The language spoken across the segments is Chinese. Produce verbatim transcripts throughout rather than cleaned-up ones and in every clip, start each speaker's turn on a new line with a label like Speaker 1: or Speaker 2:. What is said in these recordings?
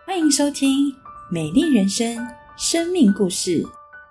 Speaker 1: 欢迎收听美丽人生生命故事。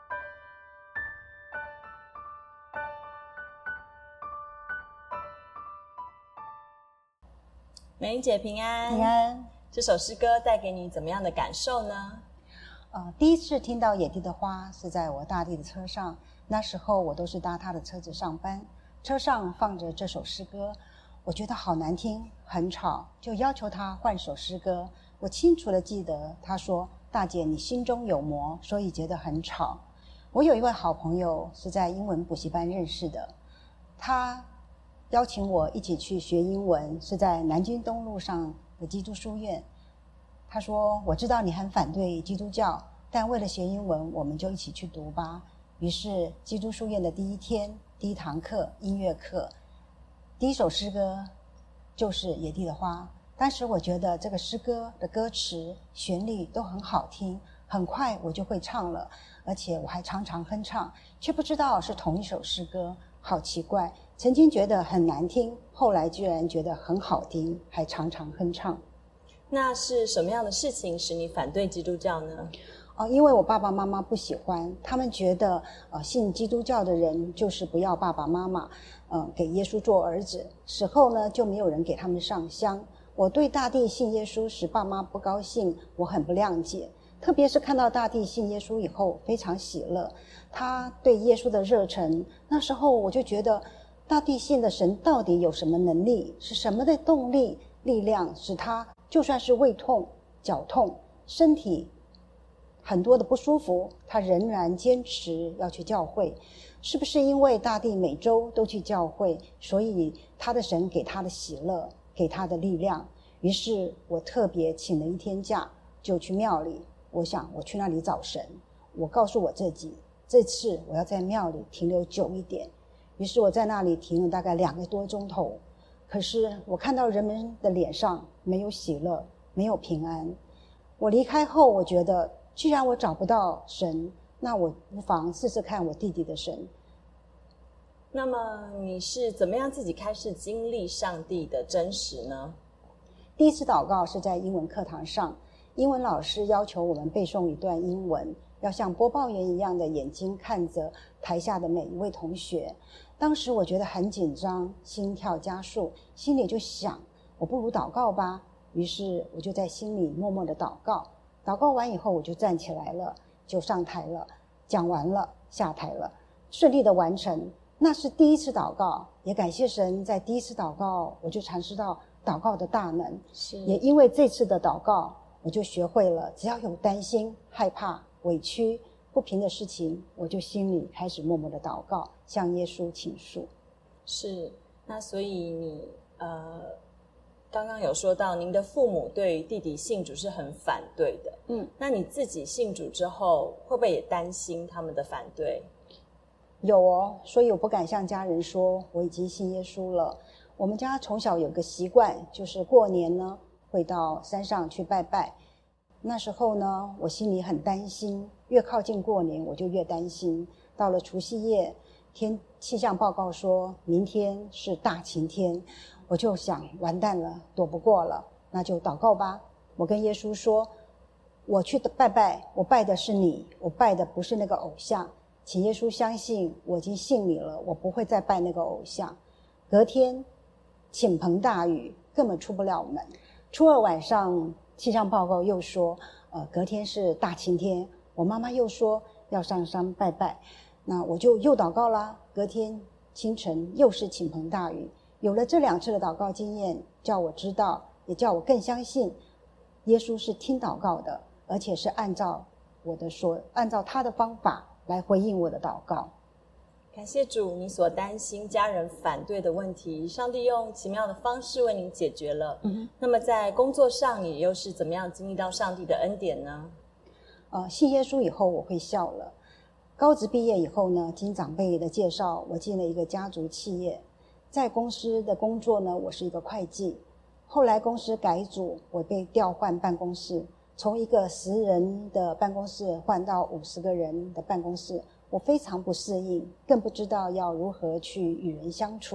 Speaker 2: 美玲姐平安，
Speaker 3: 平安。
Speaker 2: 这首诗歌带给你怎么样的感受呢？
Speaker 3: 呃，第一次听到野地的花是在我大弟的车上，那时候我都是搭他的车子上班，车上放着这首诗歌，我觉得好难听，很吵，就要求他换首诗歌。我清楚地记得他说：大姐，你心中有魔，所以觉得很吵。我有一位好朋友是在英文补习班认识的，他邀请我一起去学英文，是在南京东路上的基督书院。他说：我知道你很反对基督教，但为了学英文，我们就一起去读吧。于是基督书院的第一天，第一堂课音乐课，第一首诗歌就是野地的花。当时我觉得这个诗歌的歌词旋律都很好听，很快我就会唱了，而且我还常常哼唱，却不知道是同一首诗歌，好奇怪。曾经觉得很难听，后来居然觉得很好听，还常常哼唱。
Speaker 2: 那是什么样的事情使你反对基督教呢？
Speaker 3: 哦，因为我爸爸妈妈不喜欢，他们觉得呃，信基督教的人就是不要爸爸妈妈，呃，给耶稣做儿子，死后呢就没有人给他们上香。我对大弟信耶稣使爸妈不高兴，我很不谅解，特别是看到大弟信耶稣以后非常喜乐，他对耶稣的热忱，那时候我就觉得大弟信的神到底有什么能力，是什么的动力力量使他就算是胃痛脚痛身体很多的不舒服，他仍然坚持要去教会。是不是因为大弟每周都去教会，所以他的神给他的喜乐，给他的力量？于是我特别请了一天假，就去庙里，我想我去那里找神。我告诉我自己，这次我要在庙里停留久一点。于是我在那里停了大概两个多钟头，可是我看到人们的脸上没有喜乐，没有平安。我离开后，我觉得既然我找不到神，那我不妨试试看我弟弟的神。
Speaker 2: 那么你是怎么样自己开始经历上帝的真实呢？
Speaker 3: 第一次祷告是在英文课堂上，英文老师要求我们背诵一段英文，要像播报员一样的眼睛看着台下的每一位同学。当时我觉得很紧张，心跳加速，心里就想，我不如祷告吧。于是我就在心里默默的祷告。祷告完以后，我就站起来了，就上台了，讲完了，下台了，顺利的完成。那是第一次祷告，也感谢神，在第一次祷告我就尝试到祷告的大能。
Speaker 2: 是，
Speaker 3: 也因为这次的祷告，我就学会了，只要有担心、害怕、委屈、不平的事情，我就心里开始默默的祷告，向耶稣倾诉。
Speaker 2: 是，那所以你呃，刚刚有说到您的父母对弟弟信主是很反对的，
Speaker 3: 嗯，
Speaker 2: 那你自己信主之后，会不会也担心他们的反对？
Speaker 3: 有哦，所以我不敢向家人说我已经信耶稣了。我们家从小有个习惯，就是过年呢会到山上去拜拜。那时候呢，我心里很担心，越靠近过年我就越担心。到了除夕夜，天气象报告说明天是大晴天，我就想完蛋了，躲不过了，那就祷告吧。我跟耶稣说，我去拜拜，我拜的是你，我拜的不是那个偶像，请耶稣相信我已经信你了，我不会再拜那个偶像。隔天倾盆大雨，根本出不了门。初二晚上气象报告又说呃，隔天是大晴天，我妈妈又说要上山拜拜，那我就又祷告啦。隔天清晨又是倾盆大雨。有了这两次的祷告经验，叫我知道，也叫我更相信耶稣是听祷告的，而且是按照我的说按照他的方法来回应我的祷告。
Speaker 2: 感谢主，你所担心家人反对的问题，上帝用奇妙的方式为您解决了。嗯，那么在工作上，你又是怎么样经历到上帝的恩典呢？
Speaker 3: 呃，信耶稣以后我会笑了。高职毕业以后呢，经长辈的介绍，我进了一个家族企业，在公司的工作呢，我是一个会计。后来公司改组，我被调换办公室，从一个十人的办公室换到五十个人的办公室。我非常不适应，更不知道要如何去与人相处，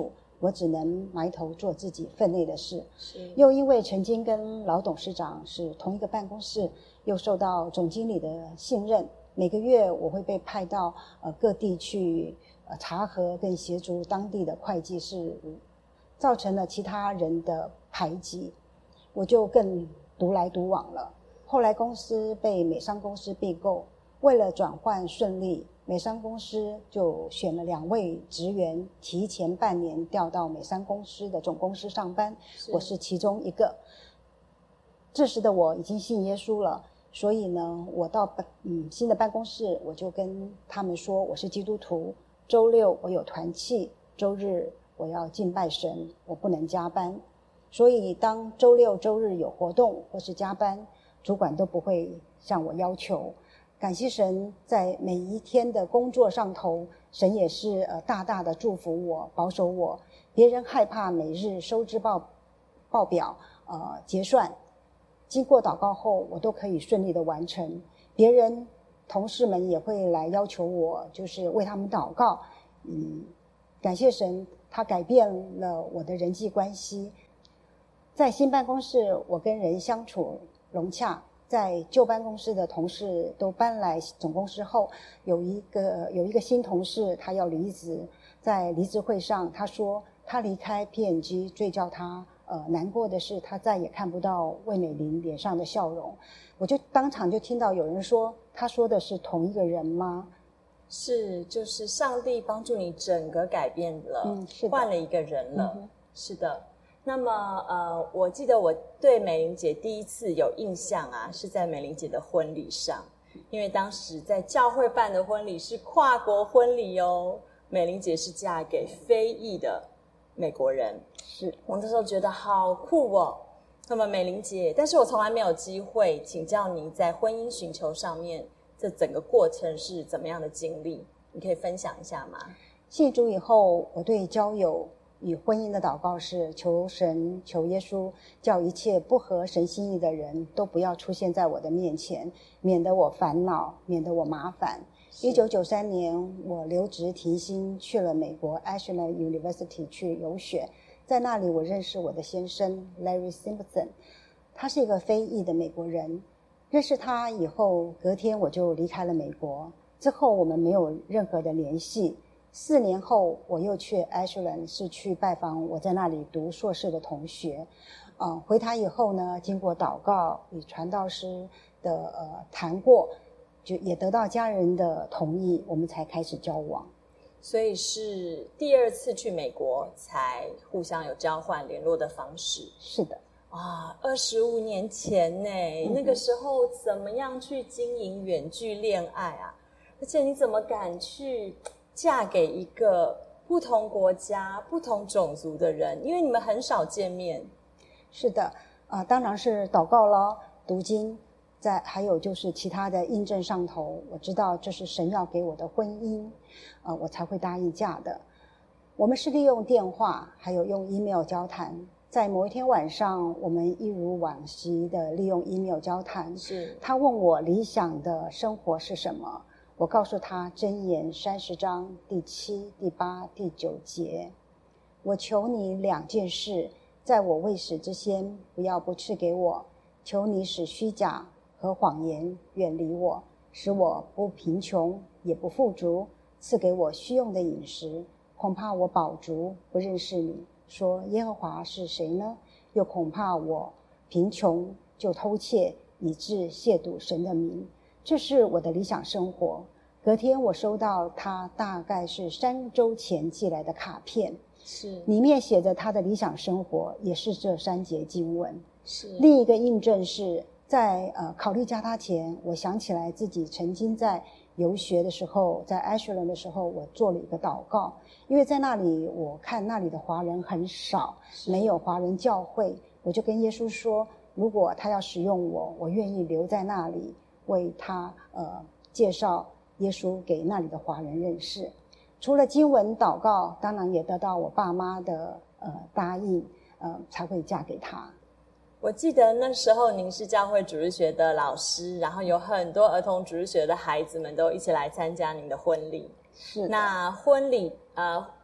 Speaker 3: 我只能埋头做自己分内的事。
Speaker 2: 是，
Speaker 3: 又因为曾经跟老董事长是同一个办公室，又受到总经理的信任，每个月我会被派到呃各地去呃查核跟协助当地的会计事务，造成了其他人的排挤，我就更独来独往了。后来公司被美商公司并购，为了转换顺利，美商公司就选了两位职员提前半年调到美商公司的总公司上班，我是其中一个。这时的我已经信耶稣了，所以呢，我到嗯新的办公室，我就跟他们说我是基督徒，周六我有团契，周日我要敬拜神，我不能加班。所以当周六周日有活动或是加班，主管都不会向我要求。感谢神，在每一天的工作上头，神也是呃大大的祝福我，保守我。别人害怕每日收支报报表呃结算，经过祷告后，我都可以顺利的完成。别人同事们也会来要求我，就是为他们祷告。嗯，感谢神，他改变了我的人际关系。在新办公室，我跟人相处融洽。在旧办公室的同事都搬来总公司后，有一个有一个新同事，他要离职。在离职会上，他说他离开 P and G 最叫他呃难过的是，他再也看不到魏美玲脸上的笑容。我就当场就听到有人说，他说的是同一个人吗？
Speaker 2: 是，就是上帝帮助你整个改变了，
Speaker 3: 嗯，是的，
Speaker 2: 换了一个人了，
Speaker 3: 嗯，
Speaker 2: 是的。那么呃，我记得我对美玲姐第一次有印象啊，是在美玲姐的婚礼上，因为当时在教会办的婚礼是跨国婚礼哦，美玲姐是嫁给非裔的美国人，
Speaker 3: 是
Speaker 2: 我那时候觉得好酷哦。那么美玲姐，但是我从来没有机会请教您在婚姻寻求上面这整个过程是怎么样的经历，你可以分享一下吗？
Speaker 3: 信主以后，我对交友与婚姻的祷告是求神求耶稣，叫一切不合神心意的人都不要出现在我的面前，免得我烦恼，免得我麻烦。一九九三年，我留职停薪去了美国 Ashland University 去游学，在那里我认识我的先生 Larry Simpson， 他是一个非裔的美国人。认识他以后，隔天我就离开了美国，之后我们没有任何的联系。四年后，我又去 Ashland 是去拜访我在那里读硕士的同学。呃，回台以后呢，经过祷告与传道师的呃谈过，就也得到家人的同意，我们才开始交往。
Speaker 2: 所以是第二次去美国才互相有交换联络的方式。
Speaker 3: 是的。
Speaker 2: 啊，二十五年前呢、嗯，那个时候怎么样去经营远距恋爱啊？而且你怎么敢去嫁给一个不同国家、不同种族的人？因为你们很少见面。
Speaker 3: 是的，啊、呃，当然是祷告咯，读经，在还有就是其他的印证上头，我知道这是神要给我的婚姻，呃，我才会答应嫁的。我们是利用电话，还有用 email 交谈。在某一天晚上，我们一如往昔的利用 email 交谈。
Speaker 2: 是，
Speaker 3: 他问我理想的生活是什么，我告诉他箴言三十章第七、第八、第九节。我求你两件事，在我未死之先，不要不赐给我。求你使虚假和谎言远离我，使我不贫穷也不富足，赐给我需用的饮食。恐怕我饱足不认识你，说耶和华是谁呢？又恐怕我贫穷就偷窃，以致亵渎神的名。这是我的理想生活。隔天我收到他大概是三周前寄来的卡片，
Speaker 2: 是
Speaker 3: 里面写着他的理想生活，也是这三节经文。
Speaker 2: 是
Speaker 3: 另一个印证是在呃考虑嫁他前，我想起来自己曾经在游学的时候，在 Ashland 的时候，我做了一个祷告，因为在那里我看那里的华人很少，没有华人教会，我就跟耶稣说，如果他要使用我，我愿意留在那里为他呃介绍耶稣给那里的华人认识。除了经文祷告，当然也得到我爸妈的呃答应，呃才会嫁给他。
Speaker 2: 我记得那时候您是教会主日学的老师，然后有很多儿童主日学的孩子们都一起来参加您的婚礼。
Speaker 3: 是的。
Speaker 2: 那婚礼呃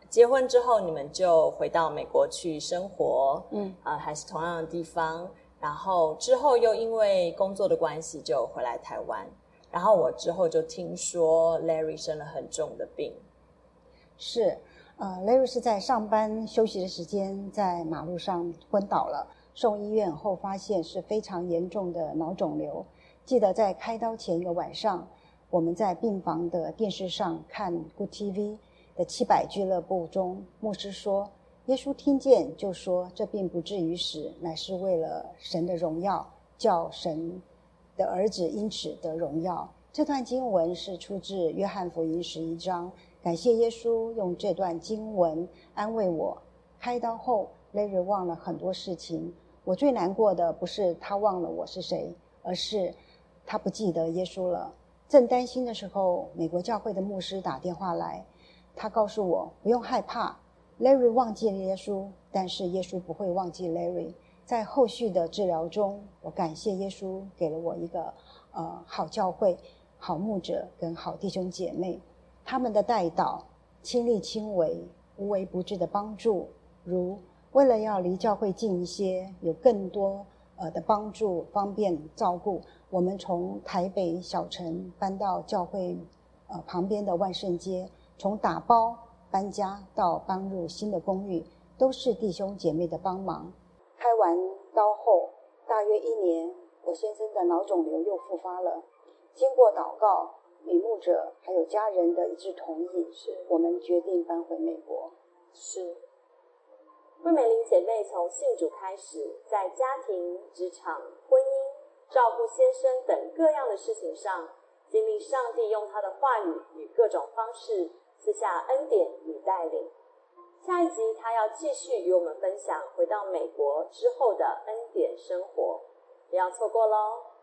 Speaker 2: 结婚之后你们就回到美国去生活，
Speaker 3: 嗯，
Speaker 2: 啊、呃，还是同样的地方，然后之后又因为工作的关系就回来台湾，然后我之后就听说 Larry 生了很重的病。
Speaker 3: 是，呃 Larry 是在上班休息的时间在马路上昏倒了，送医院后发现是非常严重的脑肿瘤。记得在开刀前一个晚上，我们在病房的电视上看 Good T V 的七百俱乐部中，牧师说，耶稣听见就说，这并不至于死，乃是为了神的荣耀，叫神的儿子因此得荣耀。这段经文是出自约翰福音十一章，感谢耶稣用这段经文安慰我。开刀后 Larry 忘了很多事情，我最难过的不是他忘了我是谁，而是他不记得耶稣了。正担心的时候，美国教会的牧师打电话来，他告诉我不用害怕， Larry 忘记了耶稣，但是耶稣不会忘记 Larry。 在后续的治疗中，我感谢耶稣给了我一个呃好教会、好牧者跟好弟兄姐妹，他们的代祷亲力亲为、无微不至的帮助，如为了要离教会近一些，有更多呃的帮助方便照顾，我们从台北小城搬到教会呃旁边的万圣街，从打包搬家到搬入新的公寓，都是弟兄姐妹的帮忙。开完刀后大约一年，我先生的脑肿瘤又复发了，经过祷告、女牧者还有家人的一致同意，是我们决定搬回美国。
Speaker 2: 是惠美玲姐妹从信主开始，在家庭、职场、婚姻、照顾先生等各样的事情上，经历上帝用他的话语与各种方式赐下恩典与带领。下一集他要继续与我们分享回到美国之后的恩典生活，不要错过咯。